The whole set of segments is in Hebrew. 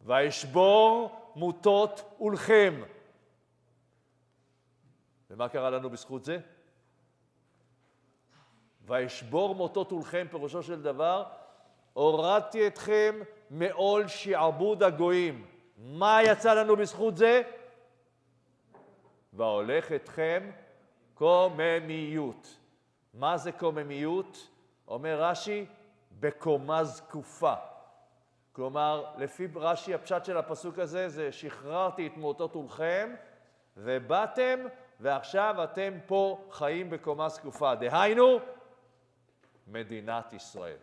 וישבור מוטות עולכם. ומה קרה לנו בזכות זה? וישבור מוטות עולכם, פירושו של דבר, הורדתי אתכם מעול שעבוד הגויים. מה יצא לנו בזכות זה? והולך אתכם קוממיות. מה זה קוממיות? אומר רש"י, בקומה זקופה. כלומר, לפי רש"י, הפשט של הפסוק הזה, זה שחררתי את מוטות עולכם, ובאתם, ועכשיו אתם פה חיים בקומה זקופה. דהיינו, מדינת ישראל.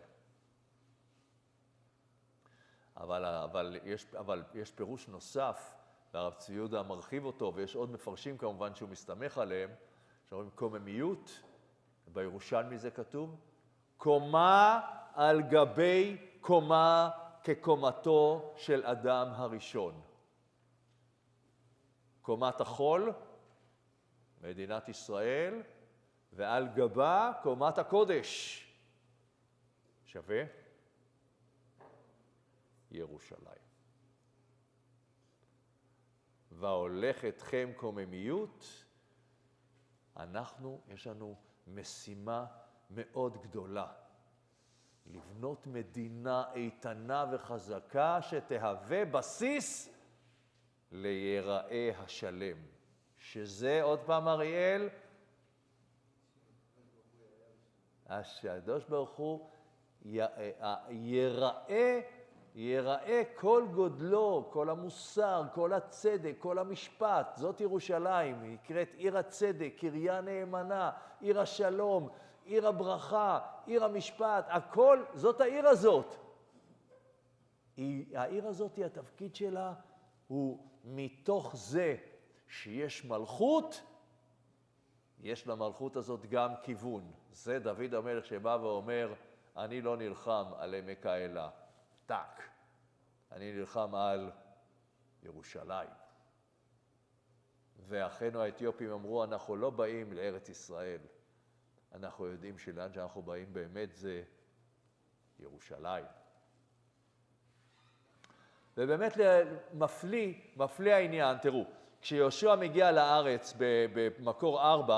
אבל יש פירוש נוסף, והרב צבי יהודה מרחיב אותו, ויש עוד מפרשים כמובן שהוא מסתמך עליהם, שאומרים קוממיות, בירושלמי זה כתוב, קומה על גבי קומה כקומתו של אדם הראשון. קומת החול, מדינת ישראל, ועל גבה קומת הקודש. שווה? ירושלים. והולך אתכם קוממיות, יש לנו משימה מאוד גדולה. לבנות מדינה איתנה וחזקה שתהווה בסיס ליראה השלם. שזה, עוד פעם אריאל, הקדוש ברוך הוא יראה כל גודלו, כל המוסר, כל הצדק, כל המשפט. זאת ירושלים, היא נקראת עיר הצדק, קריה נאמנה, עיר השלום, עיר הברכה, עיר המשפט, הכל, זאת העיר הזאת. העיר הזאת, התפקיד שלה הוא מתוך זה שיש מלכות, יש למלכות הזאת גם כיוון. זה דוד המלך שבא ואומר, אני לא נלחם על עמק האלה, טק. אני נלחם על ירושלים. ואחינו האתיופים אמרו, אנחנו לא באים לארץ ישראל. אנחנו יודעים שלאן שאנחנו באים באמת זה ירושלים. ובאמת מפליא העניין, תראו, כשיהושע מגיע לארץ במקור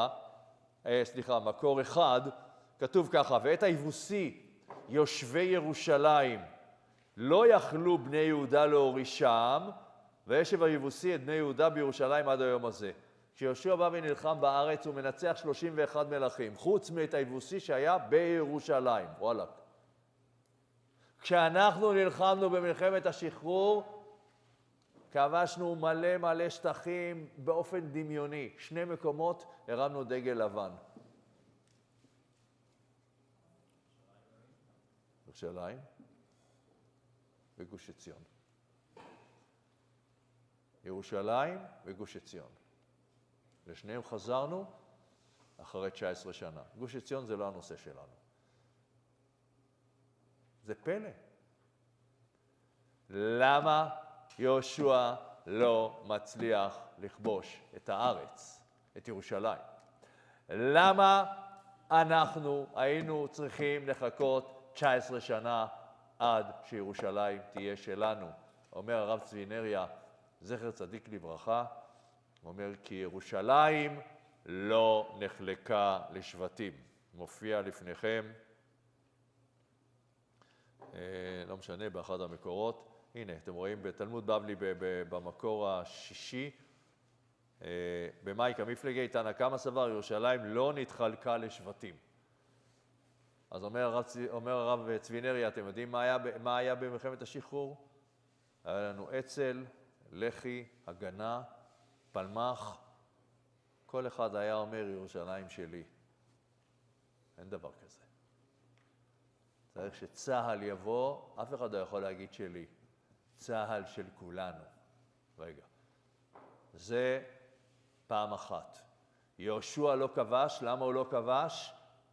1, כתוב ככה, ואת היבוסי יושבי ירושלים לא יכלו בני יהודה להורישם, וישב היבוסי את בני יהודה בירושלים עד היום הזה. כשיהושע בא ונלחם בארץ הוא מנצח 31 מלכים, חוץ מאת היבוסי שהיה בירושלים. וואלה. כשאנחנו נלחמנו במלחמת השחרור, כבשנו מלא שטחים באופן דמיוני. 2 מקומות הרמנו דגל לבן. ירושלים וגוש עציון. ירושלים וגוש עציון. לשניהם חזרנו אחרי 19 שנה. גוש עציון זה לא הנושא שלנו. זה פלא. למה יהושע לא מצליח לכבוש את הארץ, את ירושלים? למה אנחנו היינו צריכים לחכות 19 שנה עד שירושלים תהיה שלנו? אומר הרב צבי נריה, זכר צדיק לברכה, הוא אומר, כי ירושלים לא נחלקה לשבטים. מופיע לפניכם, לא משנה, באחד המקורות. הנה, אתם רואים בתלמוד בבלי במקור השישי, במייקה מפלגי תנא קמא סבר, ירושלים לא נתחלקה לשבטים. אז אומר הרב צבי נריה, אתם יודעים מה היה במלחמת השחרור? היה לנו אצ"ל, לח"י, הגנה, פלמ"ח. כל אחד היה אומר, ירושלים שלי. אין דבר כזה. צריך שצהל יבוא, אף אחד לא יכול להגיד שלי. צהל של כולנו. רגע. זה פעם אחת. יהושע לא כבש, למה הוא לא כבש?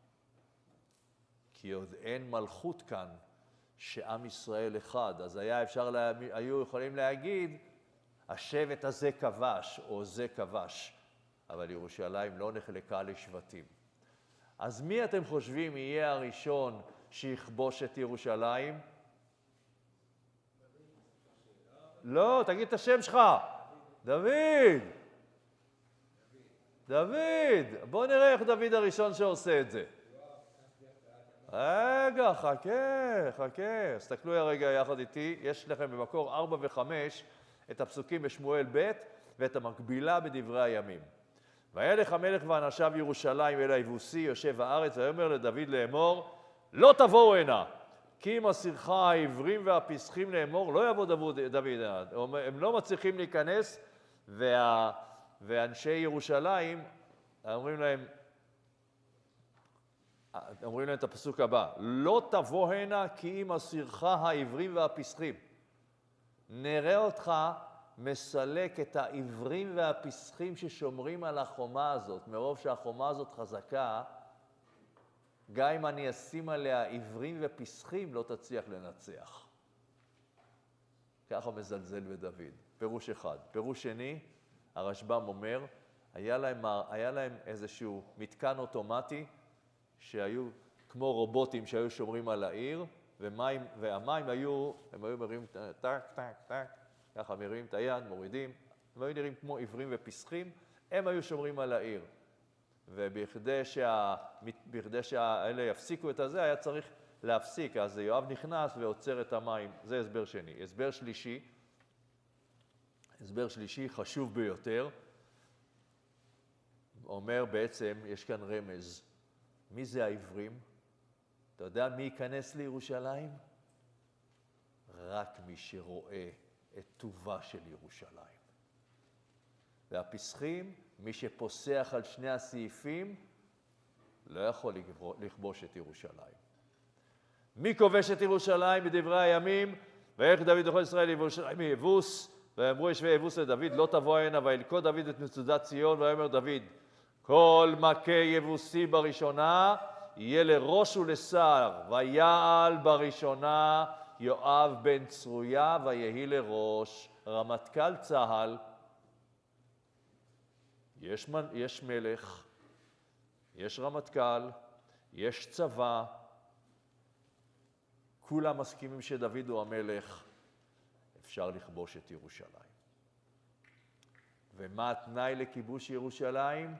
כי עוד אין מלכות כאן שעם ישראל אחד. אז היו יכולים להגיד, השבט הזה כבש או זה כבש. אבל ירושלים לא נחלקה לשבטים. אז מי אתם חושבים יהיה הראשון שיכבוש את ירושלים? לא, תגיד את השם שלך. דוד. דוד. בוא נראה איך דוד הראשון שעושה את זה. רגע, חכה. תסתכלו הרגע יחד איתי. יש לכם במקור 4 ו-5 את הפסוקים בשמואל ב' ואת המקבילה בדברי הימים. וילך המלך ואנשיו ירושלים אל היבוסי יושב הארץ, ויאמר לדוד לאמור, לא תבואו הנה, כי אם אסירך העברים והפסחים לאמור, לא יבוא דוד הנה. הם לא מצליחים להיכנס, ואנשי ירושלים אומרים להם את הפסוק הבא, לא תבוא הנה כי אם אסירך העברים והפסחים. נראה אותך מסלק את העברים והפסחים ששומרים על החומה הזאת, מרוב שהחומה הזאת חזקה, גם אם אני אשים עליה עברים ופסחים, לא תצליח לנצח. ככה מזלזל בדוד. פירוש אחד. פירוש שני, הרשב"ם אומר, היה להם איזשהו מתקן אוטומטי, שהיו כמו רובוטים שהיו שומרים על העיר, והמים היו מרימים טק, ככה מרימים את היד, מורידים, הם היו נראים כמו עברים ופסחים, הם היו שומרים על העיר. ובכדי שהאלה יפסיקו את הזה, היה צריך להפסיק. אז יואב נכנס ועוצר את המים. זה הסבר שני. הסבר שלישי חשוב ביותר, אומר בעצם, יש כאן רמז. מי זה העברים? אתה יודע מי ייכנס לירושלים? רק מי שרואה את טובה של ירושלים. והפסחים, מי שפוסח על שני הסעיפים, לא יכול לכבוש את ירושלים. מי כובש את ירושלים בדברי הימים? וילך דוד וכל ישראל לירושלים מיבוס, ואמרו ישבי יבוס לדוד, לא תבוא הנה, וילכוד דוד את מצודת ציון, ויאמר דוד, כל מכה יבוסי בראשונה יהיה לראש ולשר, ויעל בראשונה יואב בן צרויה ויהי לראש. רמטכ"ל צה"ל, יש מלך, יש רמטכ"ל, יש צבא, כולם מסכימים שדוד הוא המלך, אפשר לכבוש את ירושלים. ומה התנאי לכיבוש ירושלים?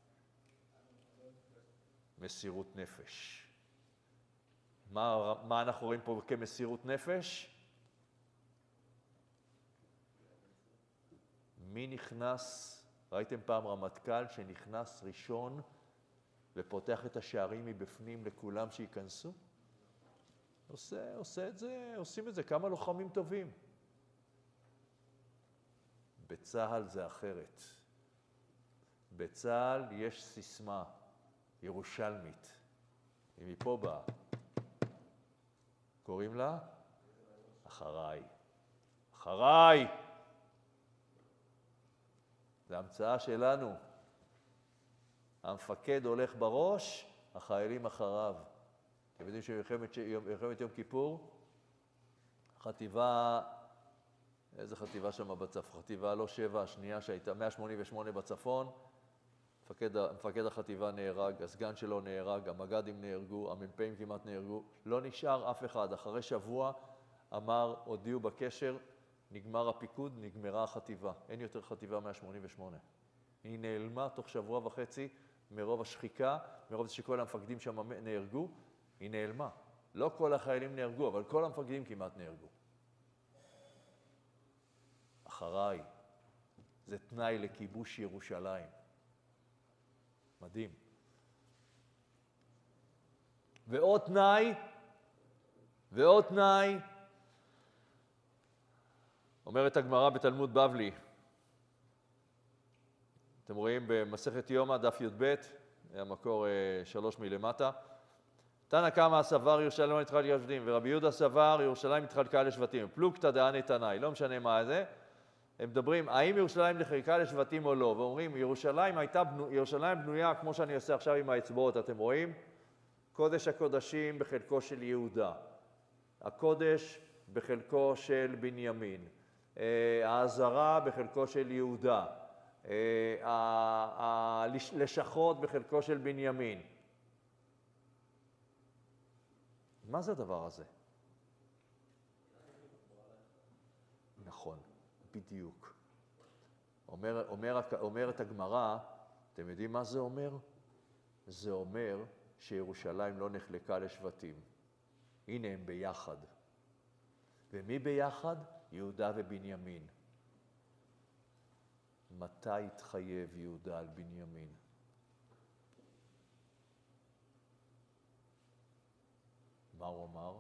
מסירות נפש. מה אנחנו רואים פה כמסירות נפש? מי נכנס, ראיתם פעם רמטכ"ל שנכנס ראשון ופותח את השערים מבפנים לכולם שייכנסו? עושים את זה כמה לוחמים טובים. בצה"ל זה אחרת. בצה"ל יש סיסמה ירושלמית. היא מפה באה. קוראים לה? אחריי. אחריי. זה המצאה שלנו. המפקד הולך בראש, החיילים אחריו. אתם יודעים שבמלחמת יום כיפור, חטיבה, איזה חטיבה שם בצפון? חטיבה לא 7, השנייה שהייתה 188 בצפון, מפקד החטיבה נהרג, הסגן שלו נהרג, המג"דים נהרגו, המ"פים כמעט נהרגו, לא נשאר אף אחד. אחרי שבוע הודיעו בקשר, נגמר הפיקוד, נגמרה החטיבה. אין יותר חטיבה 188. היא נעלמה תוך שבוע וחצי מרוב השחיקה, מרוב שכל המפקדים שם נהרגו, היא נעלמה. לא כל החיילים נהרגו, אבל כל המפקדים כמעט נהרגו. אחריי. זה תנאי לכיבוש ירושלים. מדהים. ועוד תנאי, אומרת הגמרא בתלמוד בבלי, אתם רואים במסכת יומא, דף י"ב, המקור 3 מלמטה, תנא קמא סבר ירושלים לא נתחלקה לשבטים, ורבי יהודה סבר ירושלים נתחלקה לשבטים, פלוגתא דהני תנאי, לא משנה מה זה, הם מדברים, האם ירושלים נחלקה לשבטים או לא, ואומרים, ירושלים בנויה, כמו שאני עושה עכשיו עם האצבעות, אתם רואים? קודש הקודשים בחלקו של יהודה, הקודש בחלקו של בנימין, העזרה בחלקו של יהודה, הלשכות בחלקו של בנימין. מה זה הדבר הזה? נכון. בדיוק. אומרת הגמרא, אתם יודעים מה זה אומר? זה אומר שירושלים לא נחלקה לשבטים. הנה הם ביחד. ומי ביחד? יהודה ובנימין. מתי התחייב יהודה על בנימין? מה הוא אמר?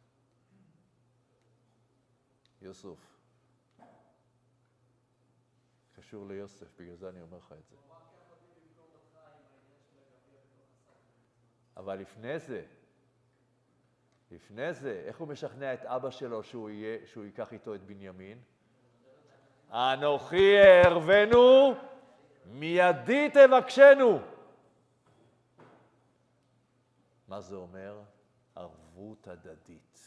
יוסף. קשור ליוסף, בגלל זה אני אומר לך את זה. אבל לפני זה, איך הוא משכנע את אבא שלו שהוא ייקח איתו את בנימין? אנוכי אערבנו, מידי תבקשנו. מה זה אומר? ערבות הדדית.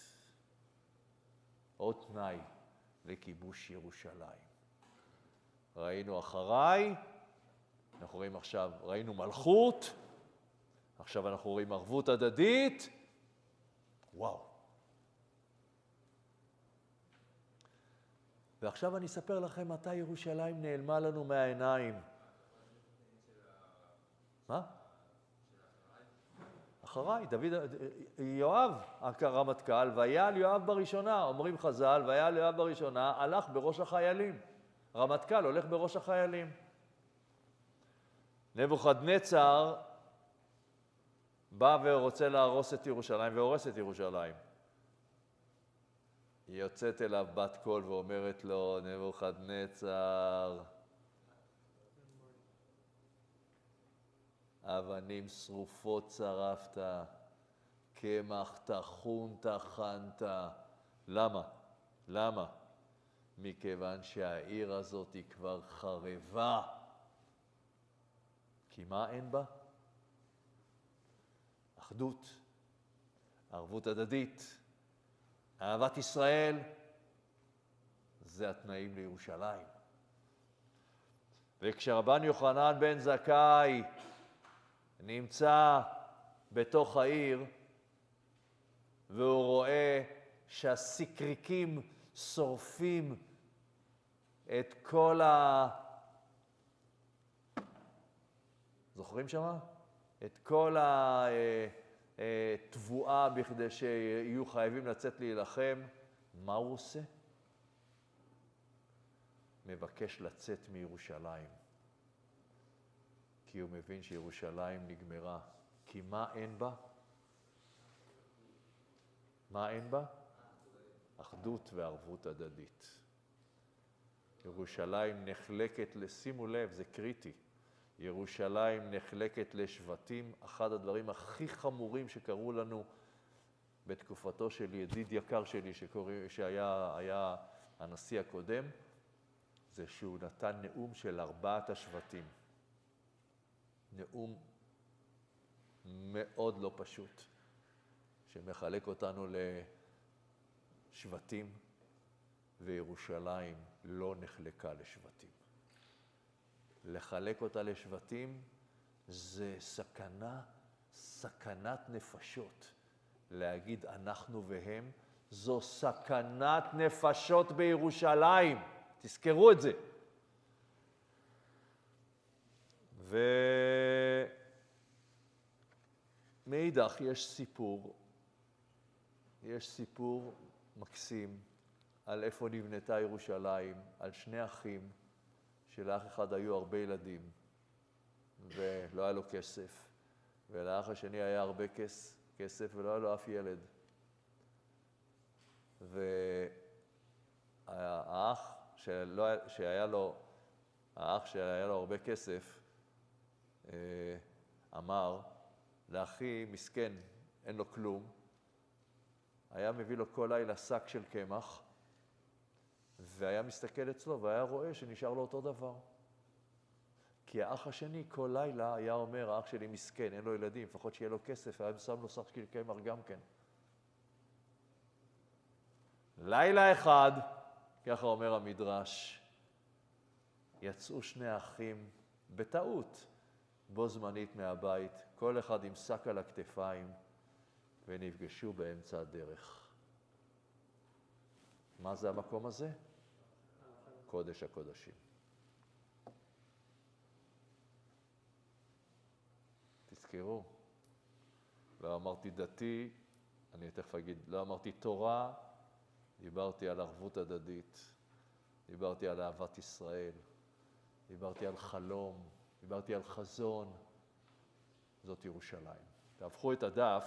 עוד תנאי לכיבוש ירושלים. ראינו אחריי, אנחנו רואים עכשיו, ראינו מלכות, עכשיו אנחנו רואים ערבות הדדית. וואו. ועכשיו אני אספר לכם מתי ירושלים נעלמה לנו מהעיניים. מה? אחריי, יואב, הרמטכ"ל, והיה על יואב בראשונה, אומרים חז"ל, והיה על יואב בראשונה, הלך בראש החיילים. רמטכ"ל הולך בראש החיילים. נבוכדנצר בא ורוצה להרוס את ירושלים, והורס את ירושלים. היא יוצאת אליו בת קול ואומרת לו, נבוכדנצר, אבנים שרופות צרפת, קמח טחון טחנת. למה? למה? מכיוון שהעיר הזאת היא כבר חרבה. כי מה אין בה? אחדות, ערבות הדדית, אהבת ישראל, זה התנאים לירושלים. וכשרבן יוחנן בן זכאי נמצא בתוך העיר, והוא רואה שהסיקריקים שורפים את כל זוכרים שמה? את כל התבואה בכדי שיהיו חייבים לצאת להילחם. מה הוא עושה? מבקש לצאת מירושלים. כי הוא מבין שירושלים נגמרה. כי מה אין בה? מה אין בה? אחדות וערבות הדדית. ירושלים נחלקת, שימו לב, זה קריטי. ירושלים נחלקת לשבטים. אחד הדברים הכי חמורים שקרו לנו בתקופתו של ידיד יקר שלי, שהיה הנשיא הקודם, זה שהוא נתן נאום של 4 השבטים. נאום מאוד לא פשוט, שמחלק אותנו לשבטים, וירושלים לא נחלקה לשבטים. לחלק אותה לשבטים זה סכנת נפשות. להגיד אנחנו והם, זו סכנת נפשות בירושלים. תזכרו את זה. ומאידך יש סיפור מקסים על איפה נבנתה ירושלים, על 2 אחים, שלאח אחד היו הרבה ילדים, ולא היה לו כסף, ולאח השני היה הרבה כסף, ולא היה לו אף ילד. והאח שהיה לו הרבה כסף, אמר לאחי מסכן, אין לו כלום, היה מביא לו כל לילה שק של קמח, והיה מסתכל אצלו והיה רואה שנשאר לו אותו דבר. כי האח השני כל לילה היה אומר, האח שלי מסכן, אין לו ילדים, לפחות שיהיה לו כסף, היה שם לו שק של קמח גם כן. לילה אחד, ככה אומר המדרש, יצאו 2 אחים בטעות, בו זמנית מהבית, כל אחד עם שק על הכתפיים, ונפגשו באמצע הדרך. מה זה המקום הזה? קודש הקודשים. תזכרו, לא אמרתי דתי, אני תכף אגיד, לא אמרתי תורה, דיברתי על ערבות הדדית, דיברתי על אהבת ישראל, דיברתי על חלום, דיברתי על חזון, זאת ירושלים. תהפכו את הדף,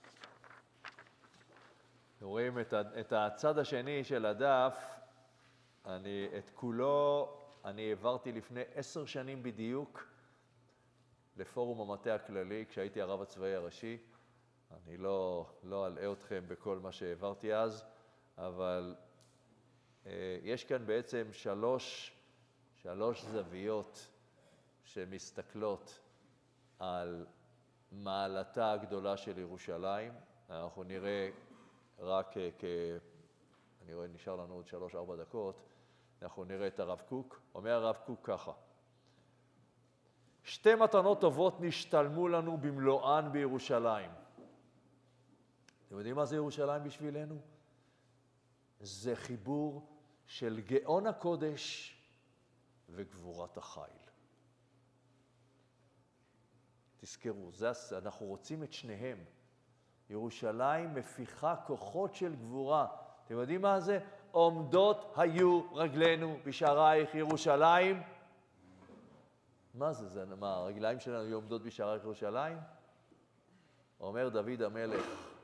רואים את הצד השני של הדף, את כולו אני העברתי לפני 10 שנים בדיוק לפורום המטה הכללי, כשהייתי הרב הצבאי הראשי. אני לא אלאה אתכם בכל מה שהעברתי אז, אבל יש כאן בעצם שלוש זוויות שמסתכלות על מעלתה הגדולה של ירושלים. אנחנו נראה רק אני רואה נשאר לנו עוד 3-4 דקות, אנחנו נראה את הרב קוק. אומר הרב קוק ככה: שתי מתנות טובות נשתלמו לנו במלואן בירושלים. אתם יודעים מה זה ירושלים בשבילנו? זה חיבור של גאון הקודש וגבורת החיל. תזכרו, אנחנו רוצים את שניהם. ירושלים מפיחה כוחות של גבורה. אתם יודעים מה זה? עומדות היו רגלינו בשערייך ירושלים. מה זה? מה, הרגליים שלנו היו עומדות בשערייך ירושלים? אומר דוד המלך,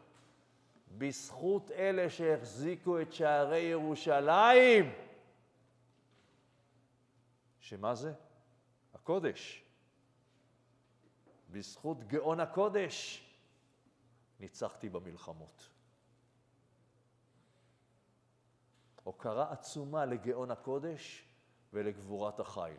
בזכות אלה שהחזיקו את שערי ירושלים, שמה זה? הקודש. בזכות גאון הקודש ניצחתי במלחמות. הוקרה עצומה לגאון הקודש ולגבורת החיל.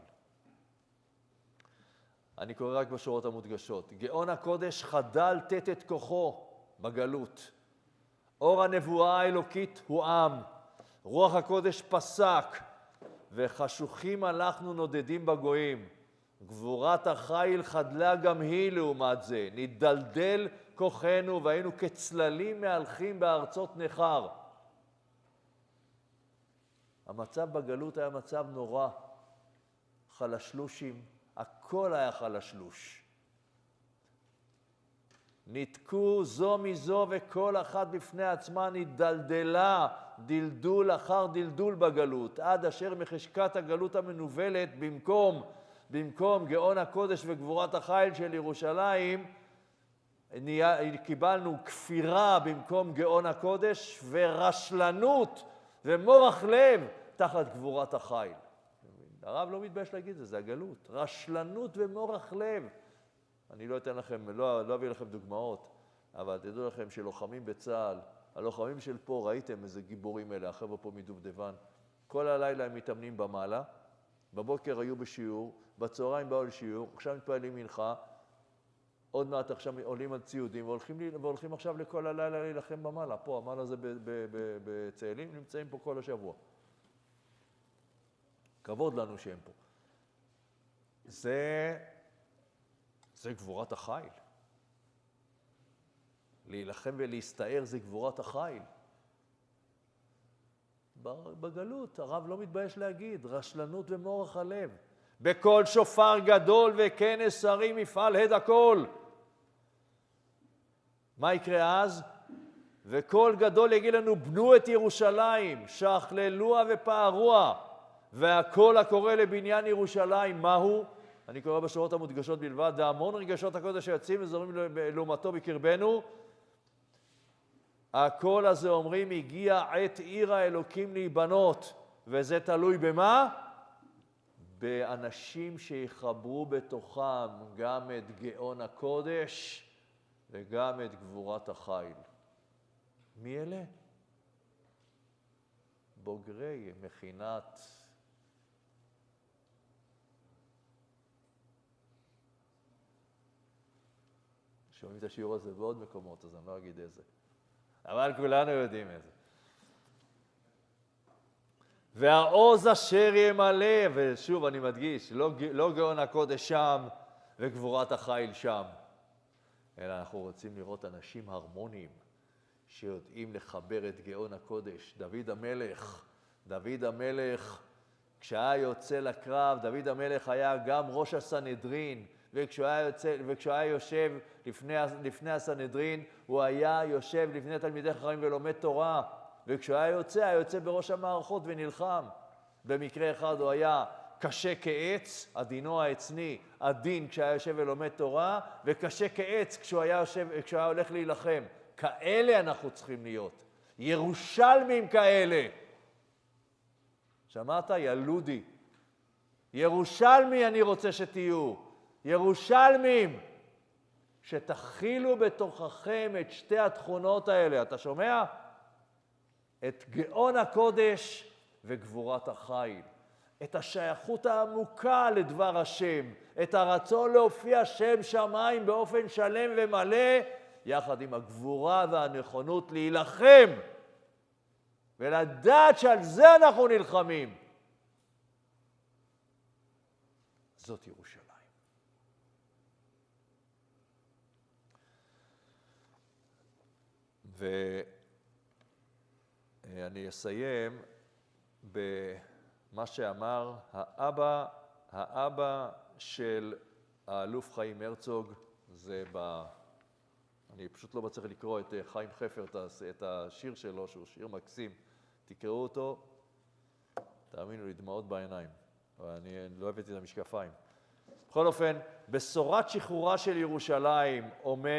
אני קורא רק בשורות המודגשות. גאון הקודש חדל לתת את כוחו בגלות. אור הנבואה האלוקית הוא עם. רוח הקודש פסק, וחשוכים הלכנו נודדים בגויים. גבורת החיל חדלה גם היא לעומת זה. נדלדל כוחנו והיינו כצללים מהלכים בארצות נחר. המצב בגלות היה מצב נורא. חלשלושים, הכל היה חלשלוש. ניתקו זו מזו וכל אחת בפני עצמה נדלדלה, דלדול אחר דלדול בגלות, עד אשר מחשקת הגלות המנובלת במקום גאון הקודש וגבורת החיל של ירושלים, קיבלנו כפירה במקום גאון הקודש ורשלנות ומורח לב תחת גבורת החיל. הרב לא מתבייש להגיד את זה, זה הגלות. רשלנות ומורח לב. אני לא אתן לכם, לא אביא לכם דוגמאות, אבל תדעו לכם שלוחמים בצה"ל, הלוחמים של פה, ראיתם איזה גיבורים אלה, החבר'ה פה מדובדבן, כל הלילה הם מתאמנים במעלה, בבוקר היו בשיעור, בצהריים באו לשיעור, עכשיו מתפעלים מנחה, עוד מעט עכשיו עולים על ציודים, והולכים עכשיו לכל הלילה להילחם במעלה. פה, המעלה הזה בצאלים, נמצאים פה כל השבוע. כבוד לנו שהם פה. זה גבורת החיל. להילחם ולהסתער זה גבורת החיל. בגלות, הרב לא מתבייש להגיד, רשלנות ומורח הלב. בכל שופר גדול וכנס שרים יפעל הד הכל. מה יקרה אז? וכל גדול יגיד לנו, בנו את ירושלים, שכללוה ופארוה, והכל הקורא לבניין ירושלים, מהו? אני קורא בשורות המודגשות בלבד, והמון רגשות הקודש היוצאים וזורים לעומתו בקרבנו. הכל הזה אומרים, הגיע עת עיר האלוקים להיבנות, וזה תלוי במה? באנשים שיחברו בתוכם גם את גאון הקודש וגם את גבורת החיל. מי אלה? בוגרי מכינת שומעים את השיעור הזה בעוד מקומות, אז אני לא אגיד איזה. אבל כולנו יודעים איזה. והעוז אשר ימלא, ושוב אני מדגיש, לא גאון הקודש שם וגבורת החיל שם, אלא אנחנו רוצים לראות אנשים הרמוניים שיודעים לחבר את גאון הקודש. דוד המלך כשהיה יוצא לקרב, דוד המלך היה גם ראש הסנהדרין, וכשהוא היה יושב לפני הסנהדרין, הוא היה יושב לפני תלמידי חכמים ולומד תורה, וכשהוא היה יוצא בראש המערכות ונלחם. במקרה אחד הוא היה קשה כעץ, עדינו העצני, עדין כשהיה יושב ולומד תורה, וקשה כעץ כשהוא היה הולך להילחם. כאלה אנחנו צריכים להיות. ירושלמים כאלה. שמעת? ילודי. ירושלמי אני רוצה שתהיו. ירושלמים. שתכילו בתוככם את שתי התכונות האלה. אתה שומע? את גאון הקודש וגבורת החיל. את השייכות העמוקה לדבר השם. את הרצון להופיע שם שמיים באופן שלם ומלא, יחד עם הגבורה והנכונות להילחם. ולדעת שעל זה אנחנו נלחמים. זאת ירושלים. ואני אסיים במה שאמר האבא של האלוף חיים הרצוג, זה אני פשוט לא מצליח לקרוא את חיים חפר, את השיר שלו, שהוא שיר מקסים. תקראו אותו, תאמינו לי, דמעות בעיניים. אני לא הבאתי את המשקפיים. בכל אופן, בשורת שחרורה של ירושלים,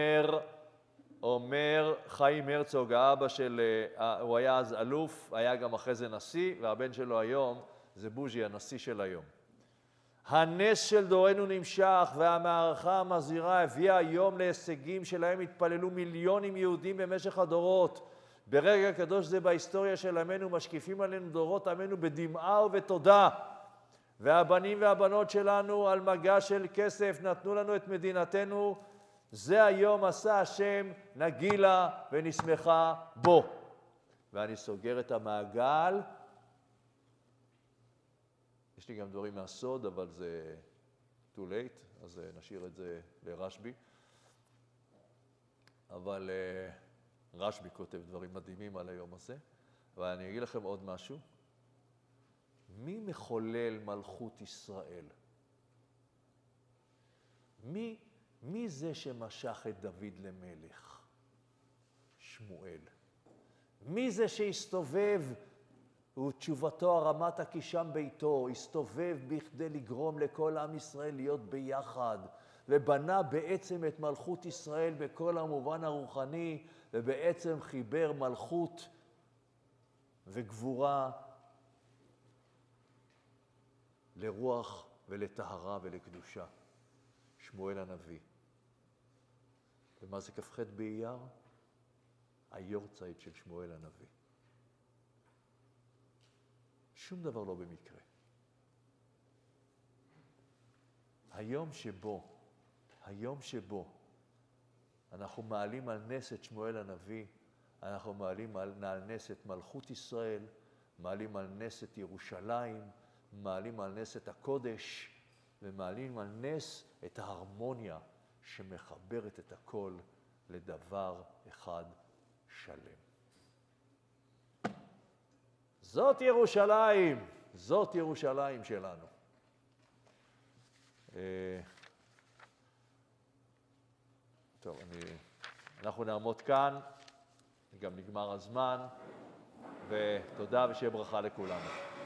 אומר חיים הרצוג, האבא של, הוא היה אז אלוף, היה גם אחרי זה נשיא, והבן שלו היום זה בוז'י, הנשיא של היום. הנס של דורנו נמשך, והמערכה המזהירה הביאה היום להישגים שלהם התפללו מיליונים יהודים במשך הדורות. ברגע קדוש זה בהיסטוריה של עמנו משקיפים עלינו דורות עמנו בדמעה ובתודה. והבנים והבנות שלנו על מגע של כסף נתנו לנו את מדינתנו. זה היום עשה השם, נגילה ונשמחה בו. ואני סוגר את המעגל. יש לי גם דברים מהסוד, אבל זה too late, אז נשאיר את זה לרשב"י. אבל רשב"י כותב דברים מדהימים על היום הזה. אבל אני אגיד לכם עוד משהו. מי מחולל מלכות ישראל? מי זה שמשך את דוד למלך? שמואל. מי זה שהסתובב, ותשובתו הרמת הקישם ביתו, הסתובב בכדי לגרום לכל עם ישראל להיות ביחד, ובנה בעצם את מלכות ישראל בכל המובן הרוחני, ובעצם חיבר מלכות וגבורה לרוח ולטהרה ולקדושה. שמואל הנביא. ומה זה כ"ח באייר? היורצייט של שמואל הנביא. שום דבר לא במקרה. היום שבו אנחנו מעלים על נס את שמואל הנביא, אנחנו מעלים על נס את מלכות ישראל, מעלים על נס את ירושלים, מעלים על נס את הקודש, ומעלים על נס את ההרמוניה שמחברת את הכל לדבר אחד שלם. זאת ירושלים, זאת ירושלים שלנו. טוב, אנחנו נעמוד כאן, גם נגמר הזמן, ותודה ושיהיה ברכה לכולנו.